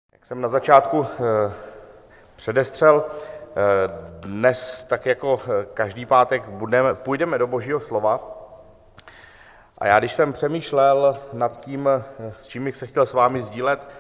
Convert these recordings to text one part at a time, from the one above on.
Jak jsem na začátku předestřel, dnes tak jako každý pátek půjdeme do Božího slova. A já, když jsem přemýšlel nad tím, s čím bych se chtěl s vámi sdílet,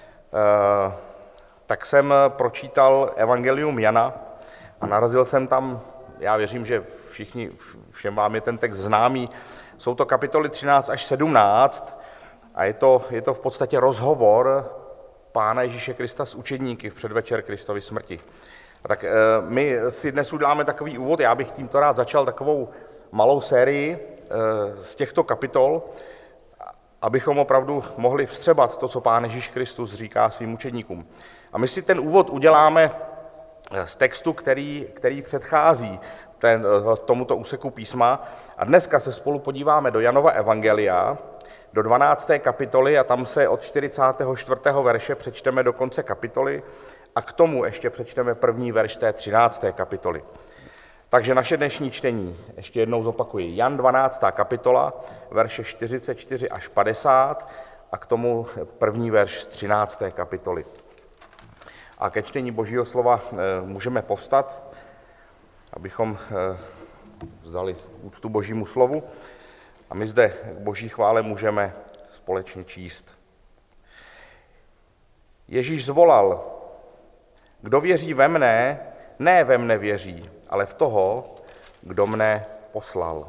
tak jsem pročítal Evangelium Jana a narazil jsem tam, já věřím, že všem vám je ten text známý, jsou to kapitoly 13 až 17 a je to v podstatě rozhovor Pána Ježíše Krista s učedníky v předvečer Kristovy smrti. A tak my si dnes uděláme takový úvod, já bych tímto rád začal takovou malou sérii z těchto kapitol, abychom opravdu mohli vstřebat to, co Pán Ježíš Kristus říká svým učedníkům. A my si ten úvod uděláme z textu, který předchází tomuto úseku písma. A dneska se spolu podíváme do Janova evangelia, do 12. kapitoly a tam se od 44. verše přečteme do konce kapitoly a k tomu ještě přečteme první verš té 13. kapitoly. Takže naše dnešní čtení, ještě jednou zopakuji, Jan 12. kapitola, verše 44 až 50 a k tomu první verš z 13. kapitoly. A ke čtení Božího slova můžeme povstat, abychom vzdali úctu Božímu slovu. A my zde k Boží chvále můžeme společně číst. Ježíš zvolal, kdo věří ve mne, ne ve mne věří, ale v toho, kdo mne poslal.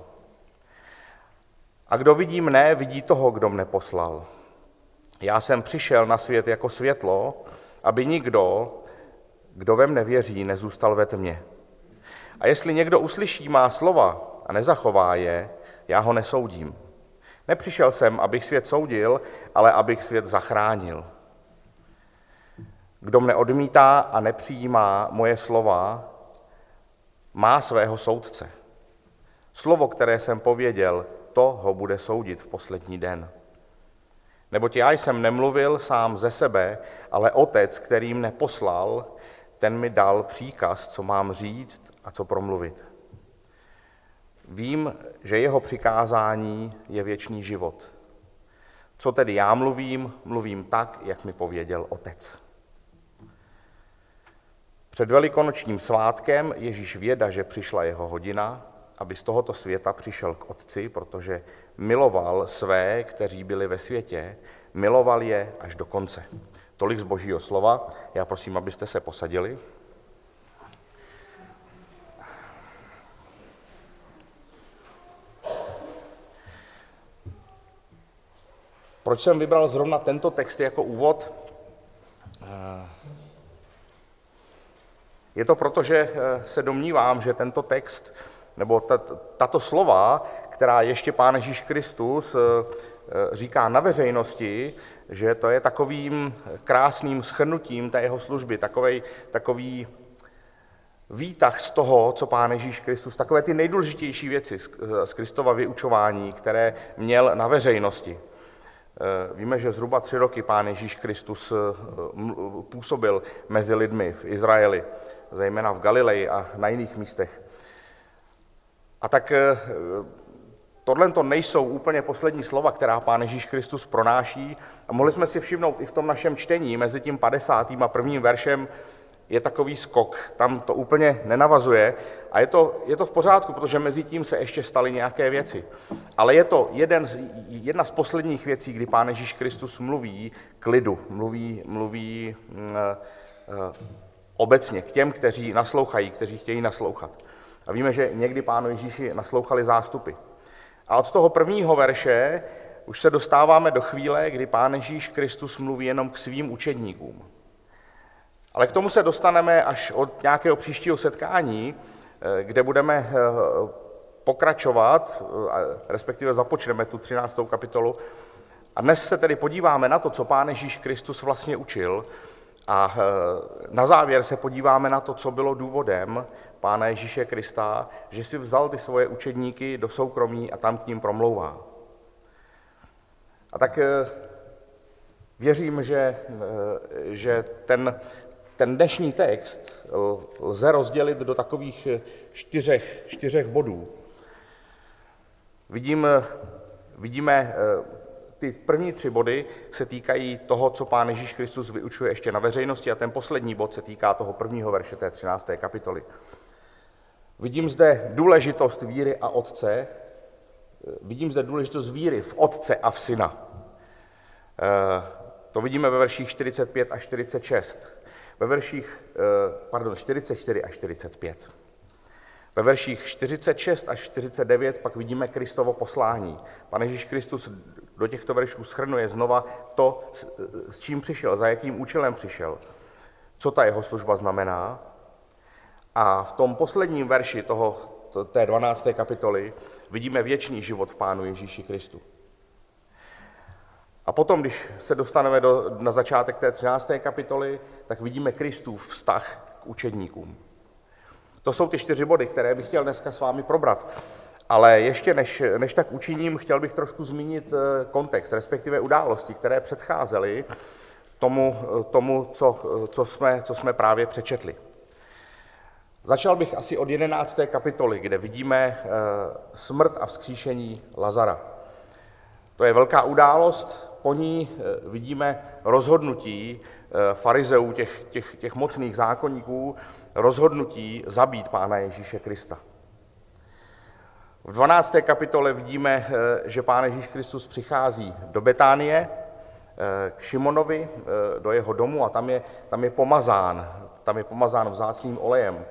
A kdo vidí mne, vidí toho, kdo mne poslal. Já jsem přišel na svět jako světlo, aby nikdo, kdo ve mne věří, nezůstal ve tmě. A jestli někdo uslyší má slova a nezachová je, já ho nesoudím. Nepřišel jsem, abych svět soudil, ale abych svět zachránil. Kdo mne odmítá a nepřijímá moje slova, má svého soudce. Slovo, které jsem pověděl, to ho bude soudit v poslední den. Neboť já jsem nemluvil sám ze sebe, ale Otec, který mne poslal, ten mi dal příkaz, co mám říct a co promluvit. Vím, že jeho přikázání je věčný život. Co tedy já mluvím tak, jak mi pověděl Otec. Před velikonočním svátkem Ježíš věda, že přišla jeho hodina, aby z tohoto světa přišel k Otci, protože miloval své, kteří byli ve světě, miloval je až do konce. Tolik z Božího slova. Já prosím, abyste se posadili. Proč jsem vybral zrovna tento text jako úvod? Je to proto, že se domnívám, že tento text, nebo tato slova, která ještě Pán Ježíš Kristus říká na veřejnosti, že to je takovým krásným shrnutím té jeho služby, takový výtah z toho, co Pán Ježíš Kristus, takové ty nejdůležitější věci z Kristova vyučování, které měl na veřejnosti. Víme, že zhruba 3 roky Pán Ježíš Kristus působil mezi lidmi v Izraeli, zejména v Galileji a na jiných místech. A tak tohle to nejsou úplně poslední slova, která Pán Ježíš Kristus pronáší. A mohli jsme si všimnout i v tom našem čtení, mezi tím 50. a 1. veršem je takový skok. Tam to úplně nenavazuje a je to v pořádku, protože mezi tím se ještě staly nějaké věci. Ale je to jedna z posledních věcí, kdy Pán Ježíš Kristus mluví k lidu, mluví obecně k těm, kteří naslouchají, kteří chtějí naslouchat. A víme, že někdy Pánu Ježíši naslouchali zástupy. A od toho 1. verše už se dostáváme do chvíle, kdy Pán Ježíš Kristus mluví jenom k svým učedníkům. Ale k tomu se dostaneme až od nějakého příštího setkání, kde budeme pokračovat, respektive započneme tu 13. kapitolu. A dnes se tedy podíváme na to, co Pán Ježíš Kristus vlastně učil, a na závěr se podíváme na to, co bylo důvodem Pána Ježíše Krista, že si vzal ty svoje učedníky do soukromí a tam k ním promlouvá. A tak věřím, že ten dnešní text lze rozdělit do takových 4 bodů. Vidíme Ty první 3 body se týkají toho, co Pán Ježíš Kristus vyučuje ještě na veřejnosti, a ten poslední bod se týká toho 1. verše té 13. kapitoly. Vidím zde důležitost víry a Otce, vidím zde důležitost víry v Otce a v Syna. To vidíme ve verších 45 až 46, ve verších 44 až 45. Ve verších 46 až 49 pak vidíme Kristovo poslání. Pane Ježíš Kristus do těchto veršů shrnuje znova to, s čím přišel, za jakým účelem přišel, co ta jeho služba znamená. A v tom posledním verši té 12. kapitoly vidíme věčný život v Pánu Ježíši Kristu. A potom, když se dostaneme na začátek té 13. kapitoly, tak vidíme Kristův vztah k učedníkům. To jsou ty 4 body, které bych chtěl dneska s vámi probrat. Ale ještě než tak učiním, chtěl bych trošku zmínit kontext, respektive události, které předcházely tomu, co jsme právě přečetli. Začal bych asi od 11. kapitoly, kde vidíme smrt a vzkříšení Lazara. To je velká událost, po ní vidíme rozhodnutí farizeů, těch mocných zákonníků, rozhodnutí zabít Pána Ježíše Krista. V 12. kapitole vidíme, že Pán Ježíš Kristus přichází do Betánie k Šimonovi, do jeho domu, a tam je pomazán vzácným olejem.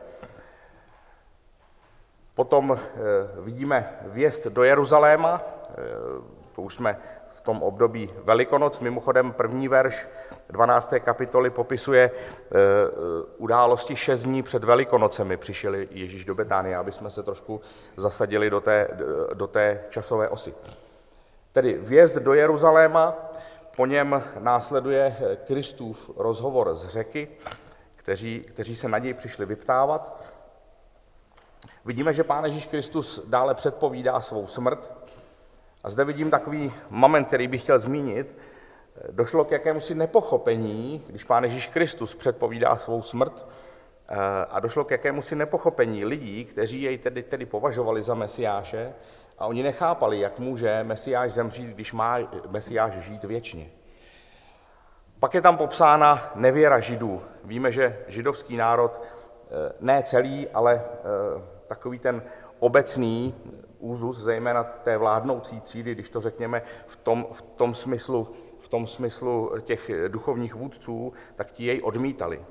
Potom vidíme vjezd do Jeruzaléma, to už jsme v tom období Velikonoc. Mimochodem 1. verš 12. kapitoly popisuje události 6 dní před Velikonocemi přišel Ježíš do Betánie, aby jsme se trošku zasadili do té časové osy. Tedy vjezd do Jeruzaléma, po něm následuje Kristův rozhovor z Řeky, kteří se na něj přišli vyptávat. Vidíme, že Pán Ježíš Kristus dále předpovídá svou smrt. A zde vidím takový moment, který bych chtěl zmínit. Došlo k jakémusi nepochopení, když Pán Ježíš Kristus předpovídá svou smrt, a došlo k jakémusi nepochopení lidí, kteří jej tedy považovali za Mesiáše, a oni nechápali, jak může Mesiáš zemřít, když má Mesiáš žít věčně. Pak je tam popsána nevěra Židů. Víme, že židovský národ, ne celý, ale takový ten obecný úzus, zejména té vládnoucí třídy, když to řekněme v tom smyslu těch duchovních vůdců, tak ti jej odmítali.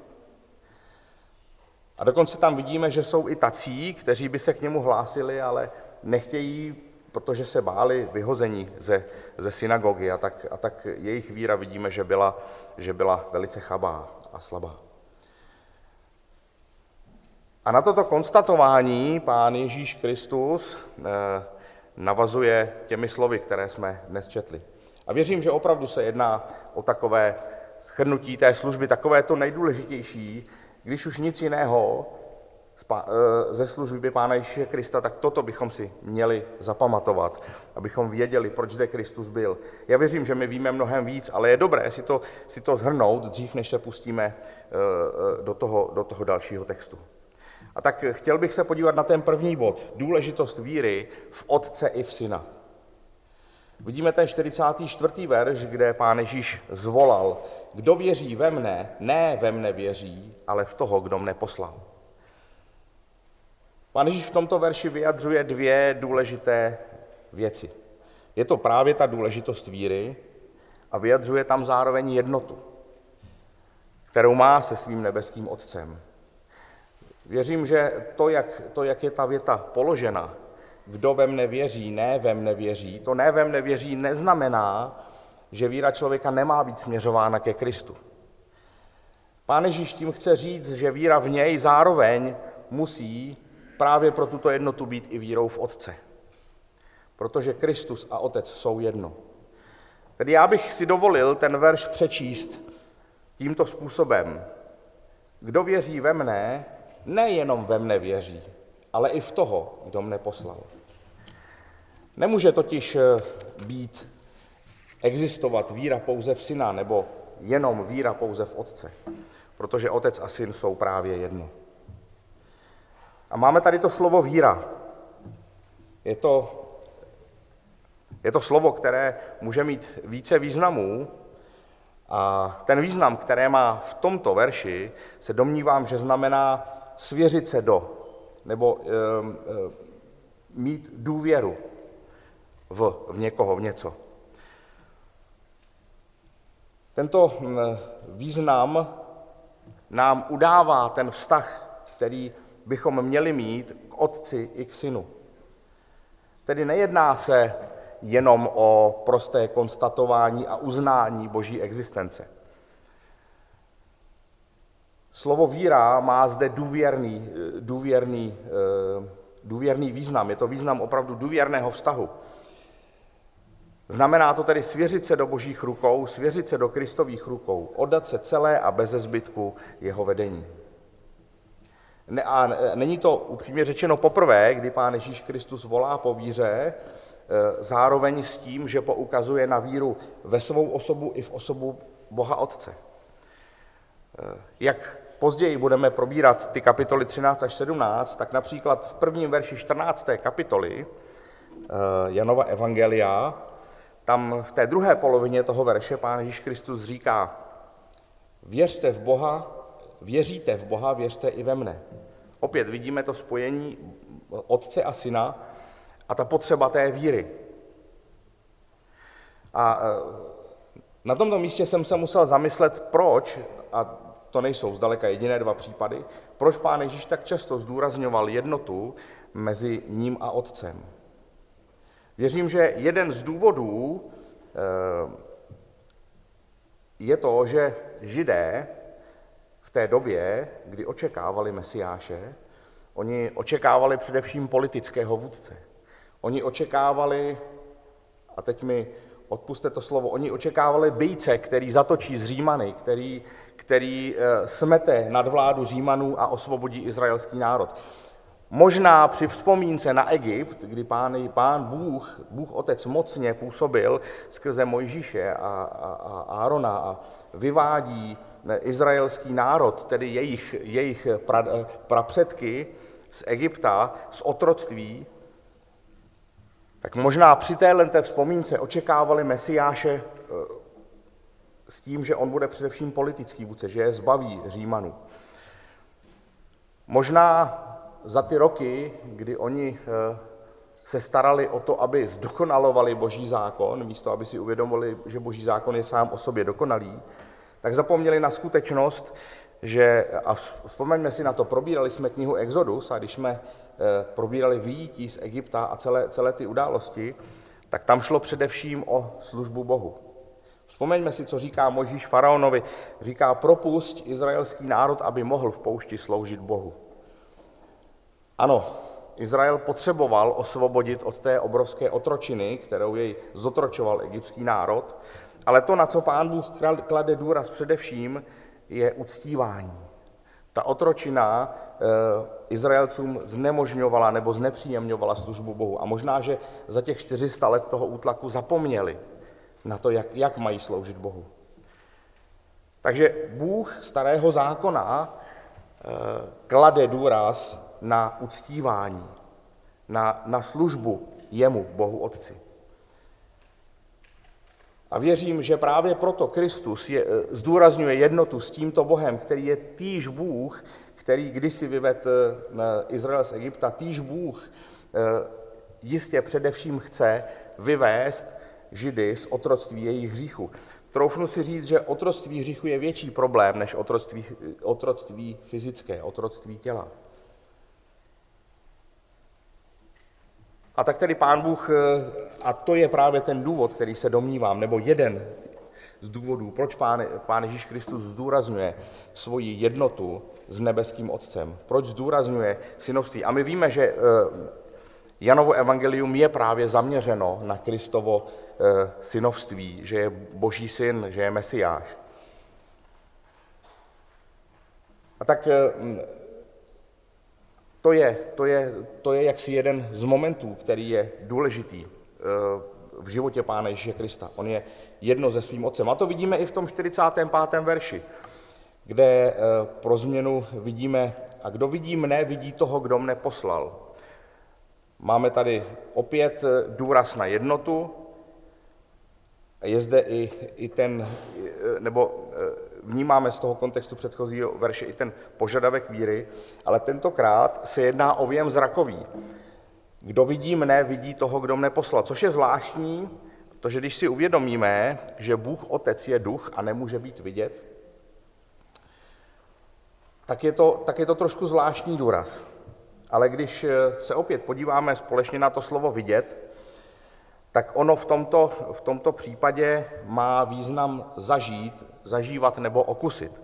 A dokonce tam vidíme, že jsou i tací, kteří by se k němu hlásili, ale nechtějí, protože se báli vyhození ze synagogy, a tak jejich víra vidíme, že byla velice chabá a slabá. A na toto konstatování Pán Ježíš Kristus navazuje těmi slovy, které jsme dnes četli. A věřím, že opravdu se jedná o takové shrnutí té služby, takové to nejdůležitější, když už nic jiného ze služby Pána Ježíše Krista, tak toto bychom si měli zapamatovat, abychom věděli, proč zde Kristus byl. Já věřím, že my víme mnohem víc, ale je dobré si to shrnout dřív, než se pustíme do toho dalšího textu. A tak chtěl bych se podívat na ten první bod, důležitost víry v Otce i v Syna. Vidíme ten 44. verš, kde Pán Ježíš zvolal: kdo věří ve mne, ne ve mne věří, ale v toho, kdo mne poslal. Pán Ježíš v tomto verši vyjadřuje 2 důležité věci. Je to právě ta důležitost víry a vyjadřuje tam zároveň jednotu, kterou má se svým nebeským Otcem. Věřím, že to, jak je ta věta položena, kdo ve mne věří, ne ve mne věří, to ne ve mne věří neznamená, že víra člověka nemá být směřována ke Kristu. Pán Ježíš tím chce říct, že víra v něj zároveň musí právě pro tuto jednotu být i vírou v Otce. Protože Kristus a Otec jsou jedno. Tedy já bych si dovolil ten verš přečíst tímto způsobem. Kdo věří ve mne, nejenom ve mne věří, ale i v toho, kdo mne poslal. Nemůže totiž existovat víra pouze v Syna, nebo jenom víra pouze v Otce, protože Otec a Syn jsou právě jedno. A máme tady to slovo víra. Je to Je to slovo, které může mít více významů, a ten význam, které má v tomto verši, se domnívám, že znamená svěřit se do, nebo mít důvěru v někoho, v něco. Tento význam nám udává ten vztah, který bychom měli mít k otci i k synu. Tedy nejedná se jenom o prosté konstatování a uznání boží existence. Slovo víra má zde důvěrný význam. Je to význam opravdu důvěrného vztahu. Znamená to tedy svěřit se do božích rukou, svěřit se do Kristových rukou, oddat se celé a beze zbytku jeho vedení. A není to upřímně řečeno poprvé, kdy Pán Ježíš Kristus volá po víře, zároveň s tím, že poukazuje na víru ve svou osobu i v osobu Boha Otce. Jak později budeme probírat ty kapitoly 13 až 17, tak například v prvním verši 14. kapitoly Janova evangelia, tam v té druhé polovině toho verše Pán Ježíš Kristus říká: věřte v Boha, věříte v Boha, věřte i ve mne. Opět vidíme to spojení Otce a Syna a ta potřeba té víry. A na tomto místě jsem se musel zamyslet, proč, a to nejsou zdaleka jediné dva případy, proč Pán Ježíš tak často zdůrazňoval jednotu mezi ním a Otcem. Věřím, že jeden z důvodů je to, že Židé v té době, kdy očekávali Mesiáše, oni očekávali především politického vůdce. Oni očekávali, a teď mi odpusťte to slovo, oni očekávali bíjce, který zatočí z Římany, který smete nadvládu Římanů a osvobodí izraelský národ. Možná při vzpomínce na Egypt, kdy pán Bůh Otec mocně působil skrze Mojžíše a Árona a vyvádí izraelský národ, tedy jejich prapředky z Egypta, z otroctví, tak možná při této vzpomínce očekávali Mesiáše s tím, že on bude především politický vůdce, že je zbaví Římanů. Možná za ty roky, kdy oni se starali o to, aby zdokonalovali boží zákon, místo aby si uvědomili, že boží zákon je sám o sobě dokonalý, tak zapomněli na skutečnost, že, a vzpomeňme si na to, probírali jsme knihu Exodus a když jsme probírali vyjítí z Egypta a celé ty události, tak tam šlo především o službu Bohu. Vzpomeňme si, co říká Mojžíš faraonovi. Říká: propusť izraelský národ, aby mohl v poušti sloužit Bohu. Ano, Izrael potřeboval osvobodit od té obrovské otročiny, kterou jej zotročoval egyptský národ, ale to, na co Pán Bůh klade důraz především, je uctívání. Ta otročina Izraelcům znemožňovala nebo znepříjemňovala službu Bohu. A možná, že za těch 400 let toho útlaku zapomněli na to, jak mají sloužit Bohu. Takže Bůh starého zákona klade důraz na uctívání, na službu jemu, Bohu Otci. A věřím, že právě proto Kristus zdůrazňuje jednotu s tímto Bohem, který je týž Bůh, který kdysi vyvedl Izrael z Egypta, týž Bůh jistě především chce vyvést Židy z otroctví jejich hříchu. Troufnu si říct, že otroctví hříchu je větší problém než otroctví fyzické, otroctví těla. A tak tedy Pán Bůh, a to je právě ten důvod, který se domnívám, nebo jeden z důvodů, proč Pán Ježíš Kristus zdůrazňuje svoji jednotu s nebeským Otcem, proč zdůrazňuje synovství. A my víme, že Janovo evangelium je právě zaměřeno na Kristovo synovství, že je Boží syn, že je Mesiáš. A tak to je jaksi jeden z momentů, který je důležitý v životě Pána Ježíše Krista. On je jedno se svým Otcem. A to vidíme i v tom 45. verši, kde pro změnu vidíme: a kdo vidí mne, vidí toho, kdo mne poslal. Máme tady opět důraz na jednotu, Je zde i ten, nebo vnímáme z toho kontextu předchozího verše i ten požadavek víry, ale tentokrát se jedná o věm zrakový. Kdo vidí mne, vidí toho, kdo mne poslal. Což je zvláštní, protože když si uvědomíme, že Bůh Otec je duch a nemůže být vidět, tak je to trošku zvláštní důraz. Ale když se opět podíváme společně na to slovo vidět, tak ono v tomto případě má význam zažívat nebo okusit.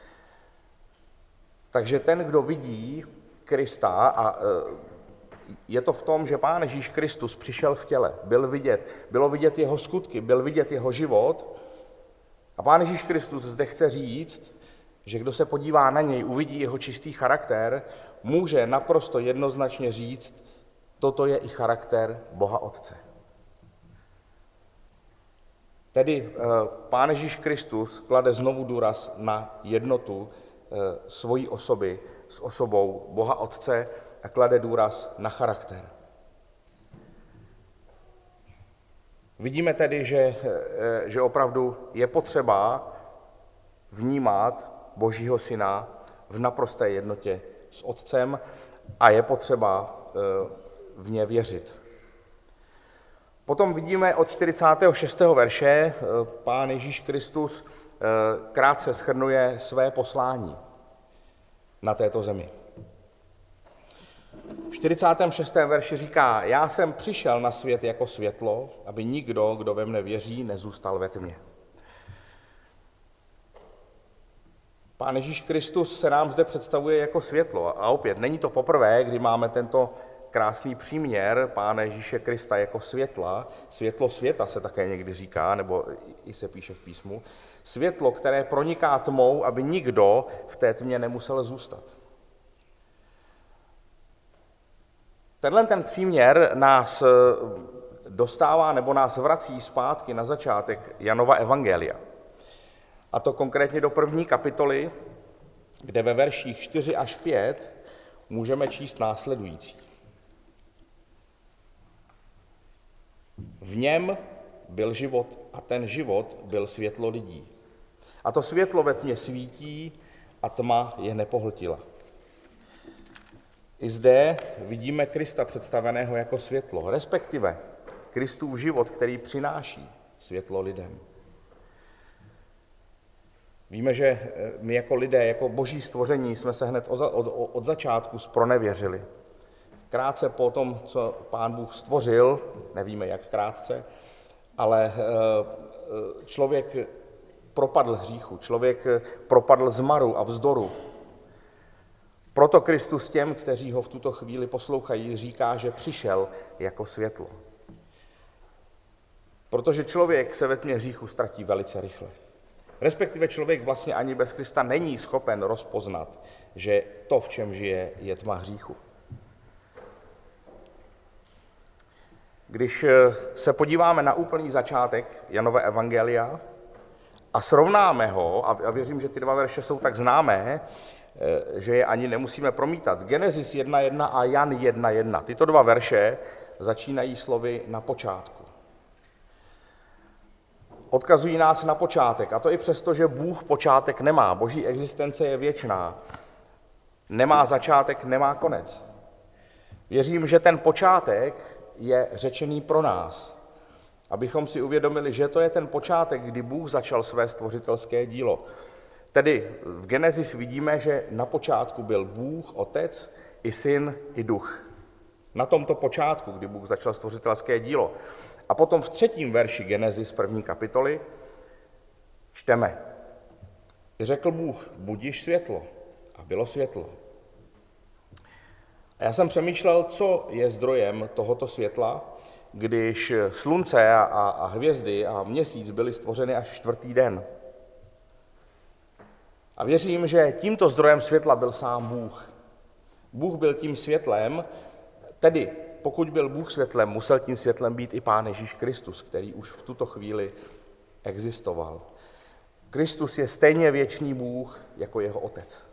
Takže ten, kdo vidí Krista, a je to v tom, že Pán Ježíš Kristus přišel v těle, bylo vidět jeho skutky, byl vidět jeho život, a Pán Ježíš Kristus zde chce říct, že kdo se podívá na něj, uvidí jeho čistý charakter, může naprosto jednoznačně říct, toto je i charakter Boha Otce. Tedy Pán Ježíš Kristus klade znovu důraz na jednotu svojí osoby s osobou Boha Otce a klade důraz na charakter. Vidíme tedy, že opravdu je potřeba vnímat Božího Syna v naprosté jednotě s Otcem a je potřeba v ně věřit. Potom vidíme od 46. verše, Pán Ježíš Kristus krátce shrnuje své poslání na této zemi. V 46. verši říká, já jsem přišel na svět jako světlo, aby nikdo, kdo ve mne věří, nezůstal ve tmě. Pán Ježíš Kristus se nám zde představuje jako světlo. A opět, není to poprvé, kdy máme tento krásný příměr Pána Ježíše Krista jako světla. Světlo světa se také někdy říká, nebo i se píše v písmu. Světlo, které proniká tmou, aby nikdo v té tmě nemusel zůstat. Ten příměr nás dostává nebo nás vrací zpátky na začátek Janova evangelia. A to konkrétně do 1. kapitoly, kde ve verších 4 až 5 můžeme číst následující. V něm byl život a ten život byl světlo lidí. A to světlo ve tmě svítí a tma je nepohltila. I zde vidíme Krista představeného jako světlo, respektive Kristův život, který přináší světlo lidem. Víme, že my jako lidé, jako boží stvoření, jsme se hned od začátku zpronevěřili. Krátce po tom, co Pán Bůh stvořil, nevíme jak krátce, ale člověk propadl hříchu, člověk propadl zmaru a vzdoru. Proto Kristus těm, kteří ho v tuto chvíli poslouchají, říká, že přišel jako světlo. Protože člověk se ve tmě hříchu ztratí velice rychle. Respektive člověk vlastně ani bez Krista není schopen rozpoznat, že to, v čem žije, je tma hříchu. Když se podíváme na úplný začátek Janova evangelia a srovnáme ho, a věřím, že ty dva verše jsou tak známé, že je ani nemusíme promítat. Genesis 1.1 a Jan 1.1. Tyto dva verše začínají slovy na počátku. Odkazují nás na počátek, a to i přesto, že Bůh počátek nemá. Boží existence je věčná. Nemá začátek, nemá konec. Věřím, že ten počátek je řečený pro nás, abychom si uvědomili, že to je ten počátek, kdy Bůh začal své stvořitelské dílo. Tedy v Genesis vidíme, že na počátku byl Bůh, Otec, i Syn, i Duch. Na tomto počátku, kdy Bůh začal stvořitelské dílo. A potom v 3. verši Genesis 1. kapitoly čteme. Řekl Bůh, budiš světlo. A bylo světlo. A já jsem přemýšlel, co je zdrojem tohoto světla, když slunce a hvězdy a měsíc byly stvořeny až 4. den. A věřím, že tímto zdrojem světla byl sám Bůh. Bůh byl tím světlem, tedy pokud byl Bůh světlem, musel tím světlem být i Pán Ježíš Kristus, který už v tuto chvíli existoval. Kristus je stejně věčný Bůh jako jeho Otec.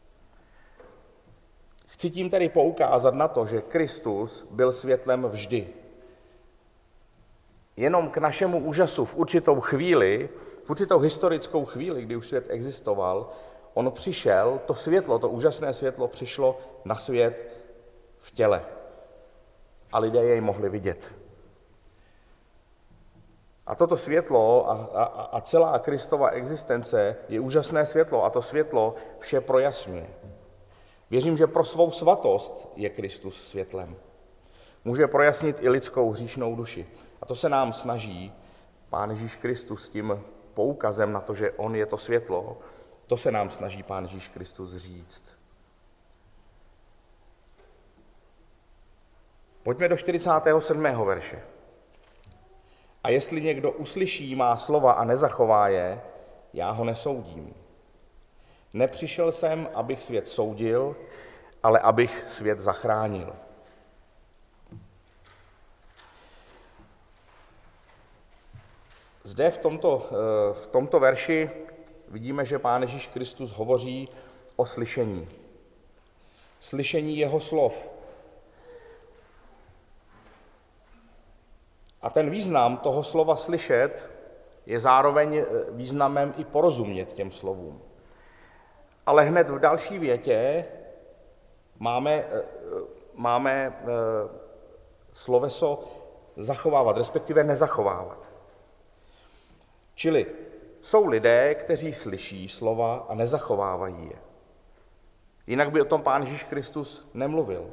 Chci tím tedy poukázat na to, že Kristus byl světlem vždy. Jenom k našemu úžasu v určitou chvíli, v určitou historickou chvíli, kdy už svět existoval, on přišel, to světlo, to úžasné světlo přišlo na svět v těle. A lidé jej mohli vidět. A toto světlo a celá Kristova existence je úžasné světlo a to světlo vše projasňuje. Věřím, že pro svou svatost je Kristus světlem. Může projasnit i lidskou hříšnou duši. A to se nám snaží Pán Ježíš Kristus s tím poukazem na to, že on je to světlo, to se nám snaží Pán Ježíš Kristus říct. Pojďme do 47. verše. A jestli někdo uslyší má slova a nezachová je, já ho nesoudím. Nepřišel jsem, abych svět soudil, ale abych svět zachránil. Zde v tomto verši vidíme, že Pán Ježíš Kristus hovoří o slyšení. Slyšení jeho slov. A ten význam toho slova slyšet je zároveň významem i porozumět těm slovům. Ale hned v další větě máme sloveso zachovávat, respektive nezachovávat. Čili jsou lidé, kteří slyší slova a nezachovávají je. Jinak by o tom Pán Ježíš Kristus nemluvil.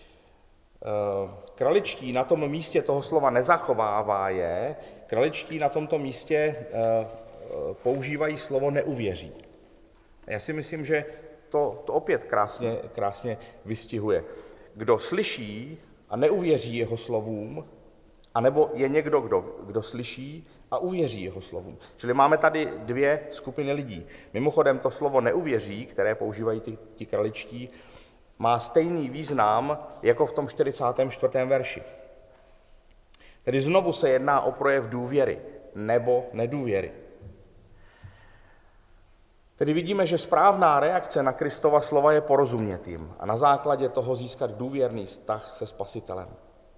Kraličtí na tom místě toho slova nezachovává je, kraličtí na tomto místě používají slovo neuvěří. Já si myslím, že to opět krásně vystihuje. Kdo slyší a neuvěří jeho slovům, anebo je někdo, kdo slyší a uvěří jeho slovům. Čili máme tady dvě skupiny lidí. Mimochodem to slovo neuvěří, které používají ti kraličtí, má stejný význam jako v tom 44. verši. Tedy znovu se jedná o projev důvěry nebo nedůvěry. Tedy vidíme, že správná reakce na Kristova slova je porozumět jim a na základě toho získat důvěrný vztah se Spasitelem.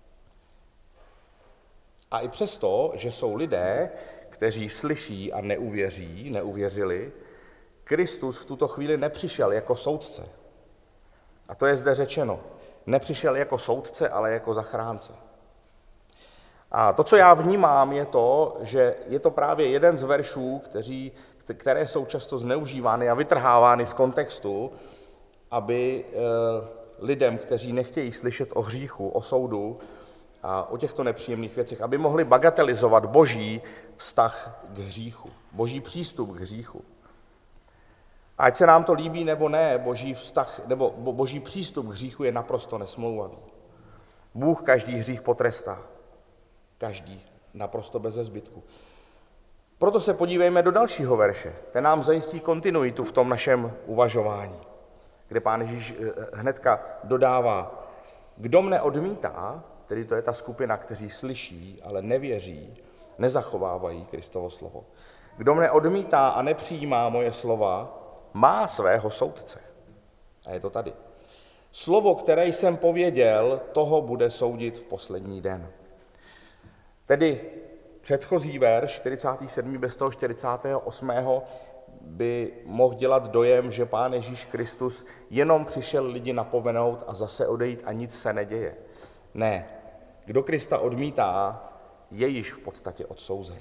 A i přesto, že jsou lidé, kteří slyší a neuvěřili, Kristus v tuto chvíli nepřišel jako soudce. A to je zde řečeno. Nepřišel jako soudce, ale jako zachránce. A to, co já vnímám, je to, že je to právě jeden z veršů, které jsou často zneužívány a vytrhávány z kontextu, aby lidem, kteří nechtějí slyšet o hříchu, o soudu a o těchto nepříjemných věcech, aby mohli bagatelizovat boží vztah k hříchu, boží přístup k hříchu. A ať se nám to líbí nebo ne, boží vztah nebo boží přístup k hříchu je naprosto nesmlouvavý. Bůh každý hřích potrestá. Každý, naprosto beze zbytku. Proto se podívejme do dalšího verše. Ten nám zajistí kontinuitu v tom našem uvažování, kde Pán Ježíš hnedka dodává, kdo mne odmítá, tedy to je ta skupina, kteří slyší, ale nevěří, nezachovávají Kristovo slovo. Kdo mne odmítá a nepřijímá moje slova, má svého soudce. A je to tady. Slovo, které jsem pověděl, toho bude soudit v poslední den. Tedy předchozí verš, 47. bez toho 48. by mohl dělat dojem, že Pán Ježíš Kristus jenom přišel lidi napomenout a zase odejít a nic se neděje. Ne, kdo Krista odmítá, je již v podstatě odsouzen.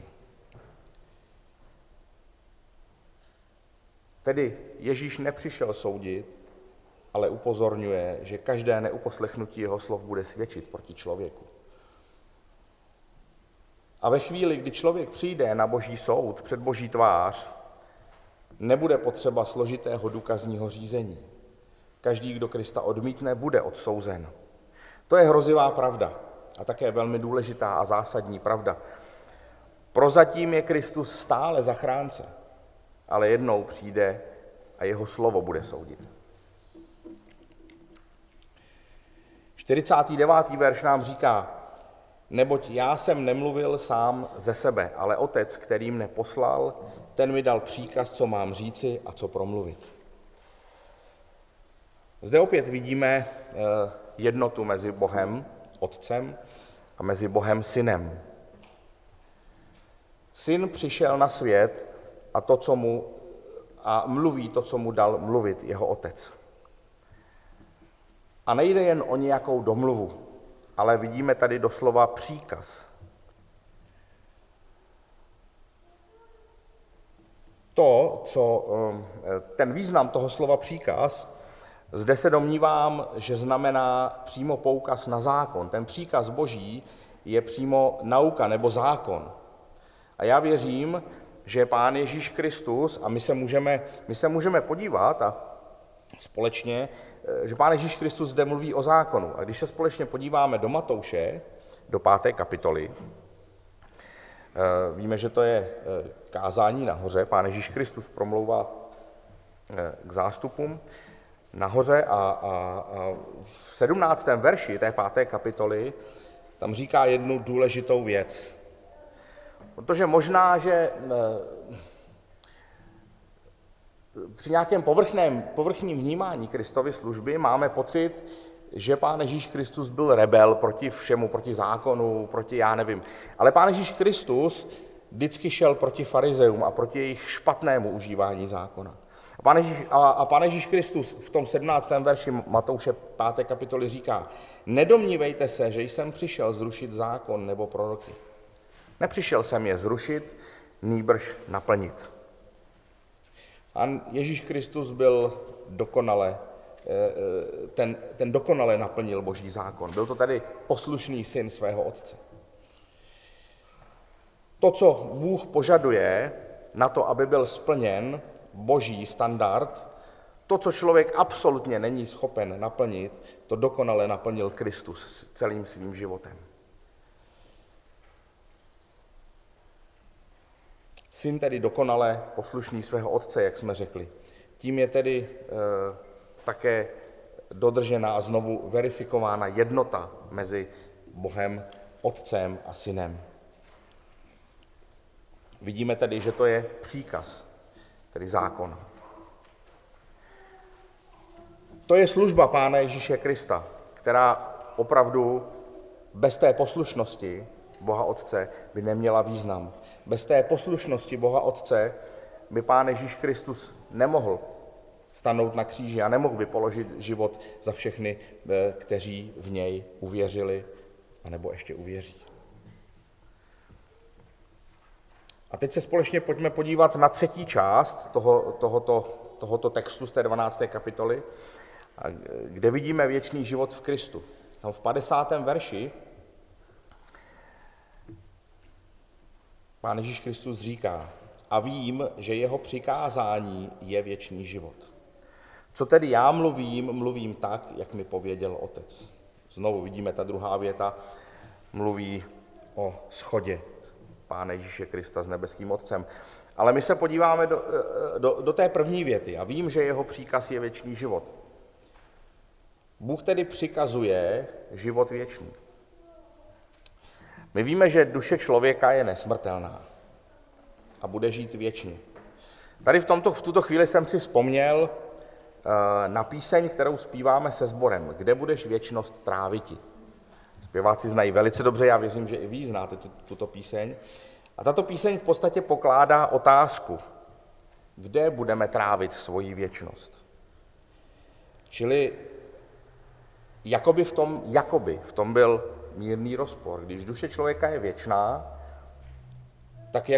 Tedy Ježíš nepřišel soudit, ale upozorňuje, že každé neuposlechnutí jeho slov bude svědčit proti člověku. A ve chvíli, kdy člověk přijde na boží soud, před boží tvář, nebude potřeba složitého důkazního řízení. Každý, kdo Krista odmítne, bude odsouzen. To je hrozivá pravda a také velmi důležitá a zásadní pravda. Prozatím je Kristus stále zachránce, ale jednou přijde a jeho slovo bude soudit. 49. verš nám říká, neboť já jsem nemluvil sám ze sebe, ale Otec, který mne poslal, ten mi dal příkaz, co mám říci a co promluvit. Zde opět vidíme jednotu mezi Bohem, Otcem, a mezi Bohem Synem. Syn přišel na svět a mluví to, co mu dal mluvit jeho otec. A nejde jen o nějakou domluvu, ale vidíme tady doslova příkaz. Ten význam toho slova příkaz, zde se domnívám, že znamená přímo poukaz na zákon. Ten příkaz Boží je přímo nauka nebo zákon. A já věřím, že Pán Ježíš Kristus, a my se můžeme podívat a společně, že Pán Ježíš Kristus zde mluví o zákonu. A když se společně podíváme do Matouše, do 5. kapitoly, víme, že to je kázání nahoře, Pán Ježíš Kristus promlouvá k zástupům nahoře a v 17. verši té 5. kapitoly tam říká jednu důležitou věc. Protože možná, že při nějakém povrchním vnímání Kristovy služby máme pocit, že Pán Ježíš Kristus byl rebel proti všemu, proti zákonu, proti já nevím. Ale Pán Ježíš Kristus vždycky šel proti farizeům a proti jejich špatnému užívání zákona. A Pán Ježíš Kristus v tom 17. verši Matouše 5. kapitoly říká: nedomnívejte se, že jsem přišel zrušit zákon nebo proroky. Nepřišel jsem je zrušit, nýbrž naplnit. A Ježíš Kristus byl ten dokonale naplnil Boží zákon. Byl to tedy poslušný syn svého otce. To, co Bůh požaduje na to, aby byl splněn Boží standard, to, co člověk absolutně není schopen naplnit, to dokonale naplnil Kristus celým svým životem. Syn tedy dokonale poslušný svého otce, jak jsme řekli. Tím je tedy také dodržena a znovu verifikována jednota mezi Bohem, Otcem a Synem. Vidíme tedy, že to je příkaz, tedy zákon. To je služba Pána Ježíše Krista, která opravdu bez té poslušnosti Boha Otce by neměla význam. Bez té poslušnosti Boha Otce by Pán Ježíš Kristus nemohl stanout na kříži a nemohl by položit život za všechny, kteří v něj uvěřili anebo ještě uvěří. A teď se společně pojďme podívat na třetí část tohoto textu z té 12. kapitoly, kde vidíme věčný život v Kristu. Tam v 50. verši Pán Ježíš Kristus říká: a vím, že jeho přikázání je věčný život. Co tedy já mluvím tak, jak mi pověděl Otec. Znovu vidíme, ta druhá věta mluví o shodě Pána Ježíše Krista s nebeským Otcem. Ale my se podíváme do té první věty. A vím, že jeho příkaz je věčný život. Bůh tedy přikazuje život věčný. My víme, že duše člověka je nesmrtelná a bude žít věčně. Tady v tuto chvíli jsem si vzpomněl na píseň, kterou zpíváme se sborem. Kde budeš věčnost tráviti? Zpěváci znají velice dobře, já věřím, že i vy znáte tuto píseň. A tato píseň v podstatě pokládá otázku, kde budeme trávit svoji věčnost. Čili jakoby v tom byl mírný rozpor. Když duše člověka je věčná, tak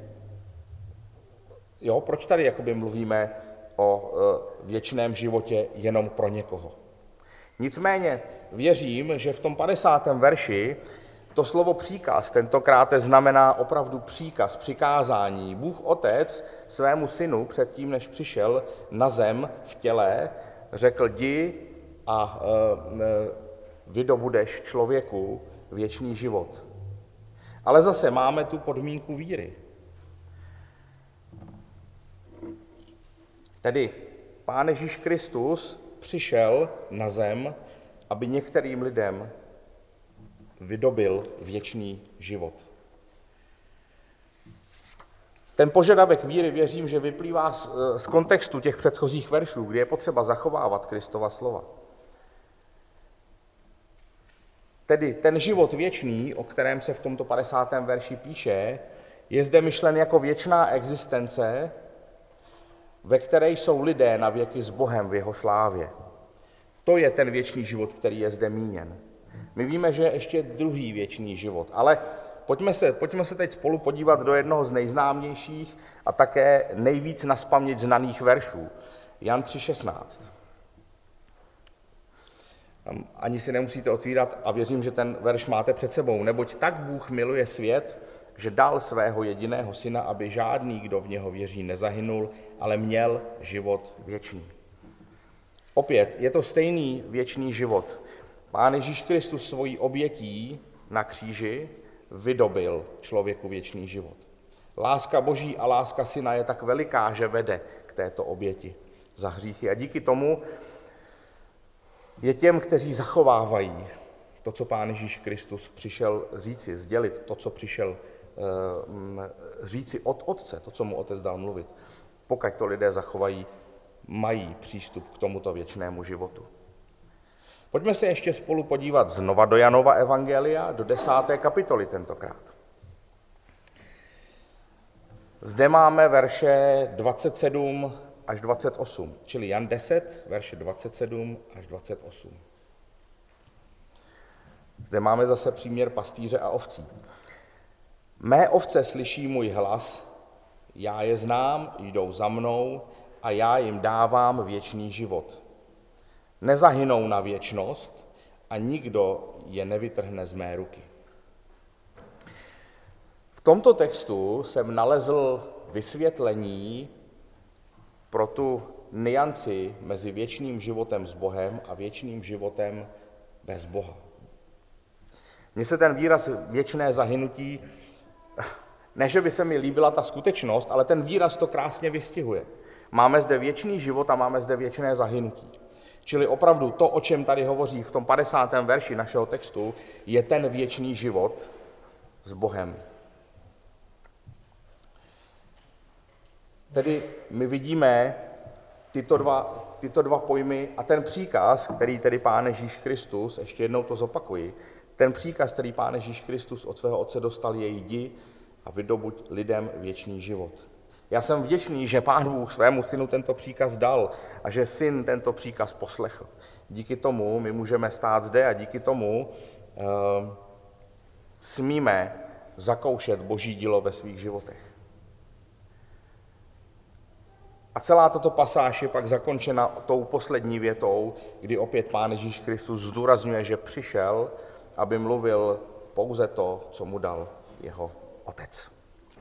proč tady jakoby mluvíme o věčném životě jenom pro někoho? Nicméně věřím, že v tom 50. verši to slovo příkaz tentokrát znamená opravdu příkaz, přikázání. Bůh Otec svému synu předtím, než přišel na zem v těle, řekl: jdi a vydobudeš člověku věčný život. Ale zase máme tu podmínku víry. Tedy Pán Ježíš Kristus přišel na zem, aby některým lidem vydobil věčný život. Ten požadavek víry věřím, že vyplývá z kontextu těch předchozích veršů, kdy je potřeba zachovávat Kristova slova. Tedy ten život věčný, o kterém se v tomto 50. verši píše, Je zde myšlen jako věčná existence, ve které jsou lidé na věky s Bohem v jeho slávě. To je ten věčný život, který je zde míněn. My víme, že je ještě druhý věčný život, ale pojďme se teď spolu podívat do jednoho z nejznámějších a také nejvíc nazpaměť znaných veršů. Jan 3,16. Ani si nemusíte otvírat a věřím, že ten verš máte před sebou. Neboť tak Bůh miluje svět, že dal svého jediného syna, aby žádný, kdo v něho věří, nezahynul, ale měl život věčný. Opět, je to stejný věčný život. Pán Ježíš Kristus svojí obětí na kříži vydobyl člověku věčný život. Láska Boží a láska syna je tak veliká, že vede k této oběti za hříchy. A díky tomu je těm, kteří zachovávají to, co Pán Ježíš Kristus přišel říci, sdělit, to, co přišel říci od Otce, to, co mu Otec dal mluvit. Pokud to lidé zachovají, mají přístup k tomuto věčnému životu. Pojďme se ještě spolu podívat znova do Janova evangelia, do 10. kapitoly tentokrát. Zde máme verše 27 až 28, čili Jan 10, verše 27 až 28. Zde máme zase příměr pastýře a ovcí. Mé ovce slyší můj hlas, já je znám, jdou za mnou a já jim dávám věčný život. Nezahynou na věčnost a nikdo je nevytrhne z mé ruky. V tomto textu jsem nalezl vysvětlení pro tu nianci mezi věčným životem s Bohem a věčným životem bez Boha. Mně se ten výraz věčné zahynutí, ne, že by se mi líbila ta skutečnost, ale ten výraz to krásně vystihuje. Máme zde věčný život a máme zde věčné zahynutí. Čili opravdu to, o čem tady hovoří v tom 50. verši našeho textu, je ten věčný život s Bohem. Tedy my vidíme tyto dva pojmy a ten příkaz, který tedy Pán Ježíš Kristus, ještě jednou to zopakuji, ten příkaz, který Pán Ježíš Kristus od svého Otce dostal, je jdi a vydobuď lidem věčný život. Já jsem vděčný, že Pán Bůh svému synu tento příkaz dal a že syn tento příkaz poslechl. Díky tomu my můžeme stát zde a díky tomu smíme zakoušet Boží dílo ve svých životech. A celá tato pasáž je pak zakončena tou poslední větou, kdy opět Pán Ježíš Kristus zdůrazňuje, že přišel, aby mluvil pouze to, co mu dal jeho Otec.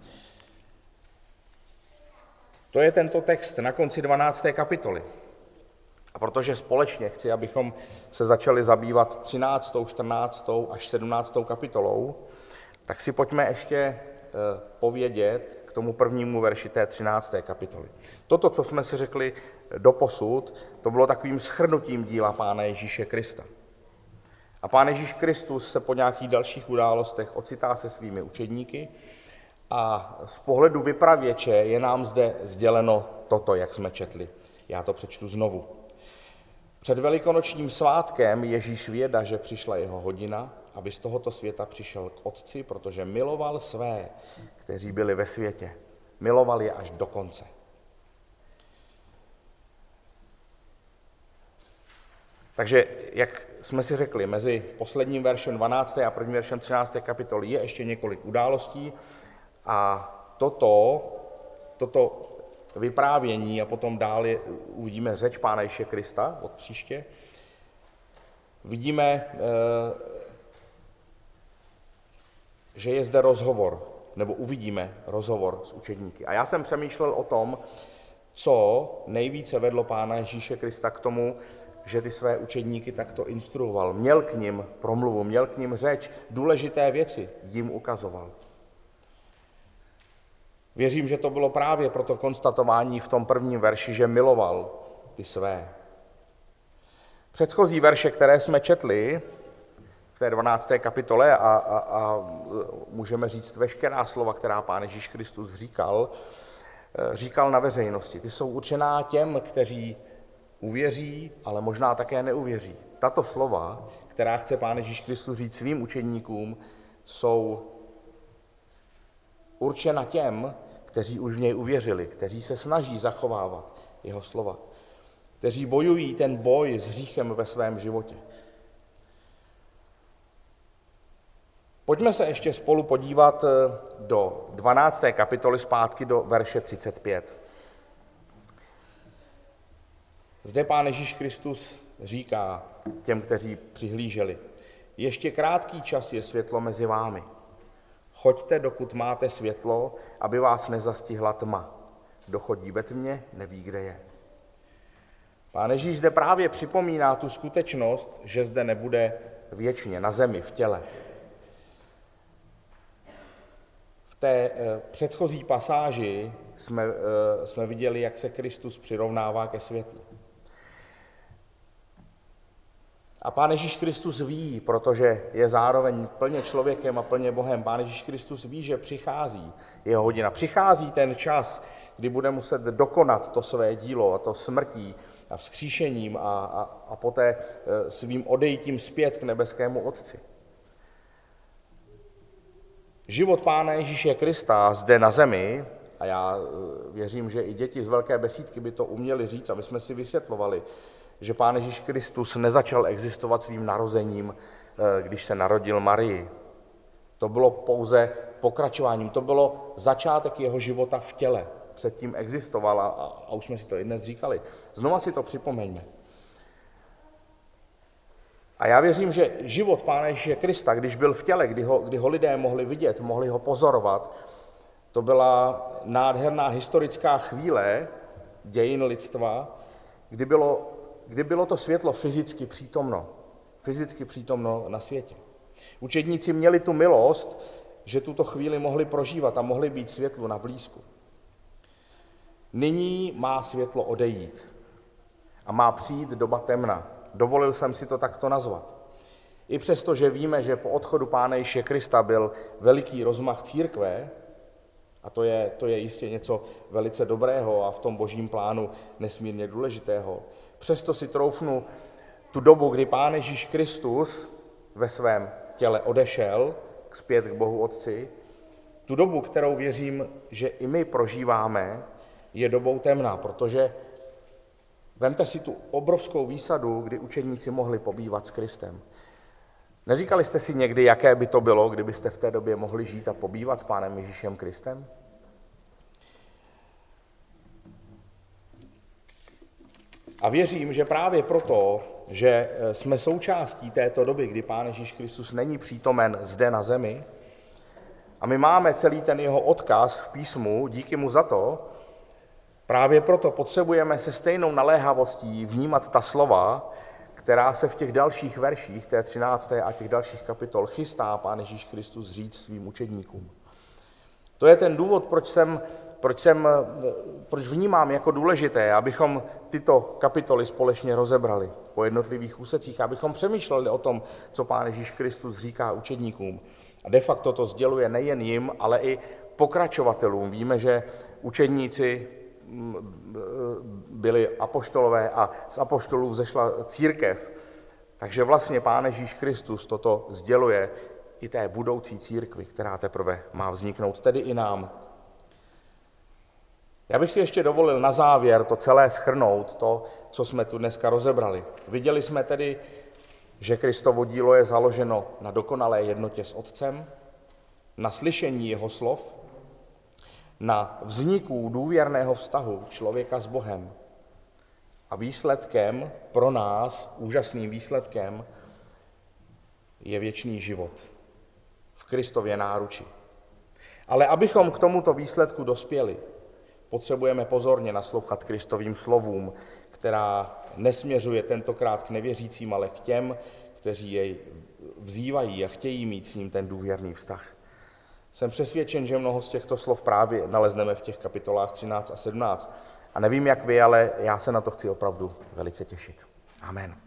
To je tento text na konci 12. kapitoly. A protože společně chci, abychom se začali zabývat 13., 14. až 17. kapitolou, tak si pojďme ještě povědět k tomu prvnímu verši té 13. kapitoly. Toto, co jsme si řekli doposud, to bylo takovým shrnutím díla Pána Ježíše Krista. A Pán Ježíš Kristus se po nějakých dalších událostech ocitá se svými učedníky a z pohledu vypravěče je nám zde sděleno toto, jak jsme četli. Já to přečtu znovu. Před velikonočním svátkem Ježíš věda, že přišla jeho hodina, aby z tohoto světa přišel k Otci, protože miloval své, kteří byli ve světě. Miloval je až do konce. Takže, jak jsme si řekli, mezi posledním veršem 12. a prvním veršem 13. kapitoly je ještě několik událostí a toto vyprávění a potom dále uvidíme řeč Pána Ježíše Krista od příště. Vidíme, že je zde rozhovor, nebo uvidíme rozhovor s učedníky. A já jsem přemýšlel o tom, co nejvíce vedlo Pána Ježíše Krista k tomu, že ty své učedníky takto instruoval. Měl k nim promluvu, měl k nim řeč, důležité věci jim ukazoval. Věřím, že to bylo právě pro to konstatování v tom prvním verši, že miloval ty své. Předchozí verše, které jsme četli v té 12. kapitole a můžeme říct veškerá slova, která Pán Ježíš Kristus říkal na veřejnosti. Ty jsou určená těm, kteří uvěří, ale možná také neuvěří. Tato slova, která chce Pán Ježíš Kristus říct svým učedníkům, jsou určena těm, kteří už v něj uvěřili, kteří se snaží zachovávat jeho slova, kteří bojují ten boj s hříchem ve svém životě. Pojďme se ještě spolu podívat do 12. kapitoly zpátky do verše 35. Zde Pán Ježíš Kristus říká těm, kteří přihlíželi: ještě krátký čas je světlo mezi vámi. Choďte, dokud máte světlo, aby vás nezastihla tma. Kdo chodí ve tmě, neví, kde je. Pán Ježíš zde právě připomíná tu skutečnost, že zde nebude věčně na zemi, v těle. V té předchozí pasáži jsme viděli, jak se Kristus přirovnává ke světlu. A Pán Ježíš Kristus ví, protože je zároveň plně člověkem a plně Bohem, Pán Ježíš Kristus ví, že přichází jeho hodina. Přichází ten čas, kdy bude muset dokonat to své dílo, a to smrtí a vzkříšením a poté svým odejitím zpět k nebeskému Otci. Život Pána Ježíše Krista zde na zemi, a já věřím, že i děti z Velké besídky by to uměli říct, aby jsme si vysvětlovali, že Pán Ježíš Kristus nezačal existovat svým narozením, když se narodil Marii. To bylo pouze pokračováním, to bylo začátek jeho života v těle. Předtím existoval a už jsme si to i dnes říkali. Znova si to připomeňme. A já věřím, že život Pána Ježíše Krista, když byl v těle, kdy ho lidé mohli vidět, mohli ho pozorovat, to byla nádherná historická chvíle dějin lidstva, kdy bylo to světlo fyzicky přítomno na světě. Učedníci měli tu milost, že tuto chvíli mohli prožívat a mohli být světlu na blízku. Nyní má světlo odejít a má přijít doba temna. Dovolil jsem si to takto nazvat. I přesto, že víme, že po odchodu Pána Ježíše Krista byl veliký rozmach církve, a to je jistě něco velice dobrého a v tom božím plánu nesmírně důležitého, přesto si troufnu tu dobu, kdy Pán Ježíš Kristus ve svém těle odešel zpět k Bohu Otci, tu dobu, kterou věřím, že i my prožíváme, je dobou temná, protože vemte si tu obrovskou výsadu, kdy učedníci mohli pobývat s Kristem. Neříkali jste si někdy, jaké by to bylo, kdybyste v té době mohli žít a pobývat s Pánem Ježíšem Kristem? A věřím, že právě proto, že jsme součástí této doby, kdy Pán Ježíš Kristus není přítomen zde na zemi, a my máme celý ten jeho odkaz v písmu, díky mu za to, právě proto potřebujeme se stejnou naléhavostí vnímat ta slova, která se v těch dalších verších, té 13. a těch dalších kapitol, chystá Pán Ježíš Kristus říct svým učedníkům. To je ten důvod, proč vnímám jako důležité, abychom tyto kapitoly společně rozebrali po jednotlivých úsecích, abychom přemýšleli o tom, co Pán Ježíš Kristus říká učedníkům. A de facto to sděluje nejen jim, ale i pokračovatelům. Víme, že učedníci byli apoštolové a z apoštolů vzešla církev. Takže vlastně Pán Ježíš Kristus toto sděluje i té budoucí církvi, která teprve má vzniknout, tedy i nám. Já bych si ještě dovolil na závěr to celé shrnout, to, co jsme tu dneska rozebrali. Viděli jsme tedy, že Kristovo dílo je založeno na dokonalé jednotě s Otcem, na slyšení jeho slov, na vzniku důvěrného vztahu člověka s Bohem. A výsledkem pro nás, úžasným výsledkem, je věčný život v Kristově náruči. Ale abychom k tomuto výsledku dospěli, potřebujeme pozorně naslouchat Kristovým slovům, která nesměřuje tentokrát k nevěřícím, ale k těm, kteří jej vzývají a chtějí mít s ním ten důvěrný vztah. Jsem přesvědčen, že mnoho z těchto slov právě nalezneme v těch kapitolách 13 a 17. A nevím, jak vy, ale já se na to chci opravdu velice těšit. Amen.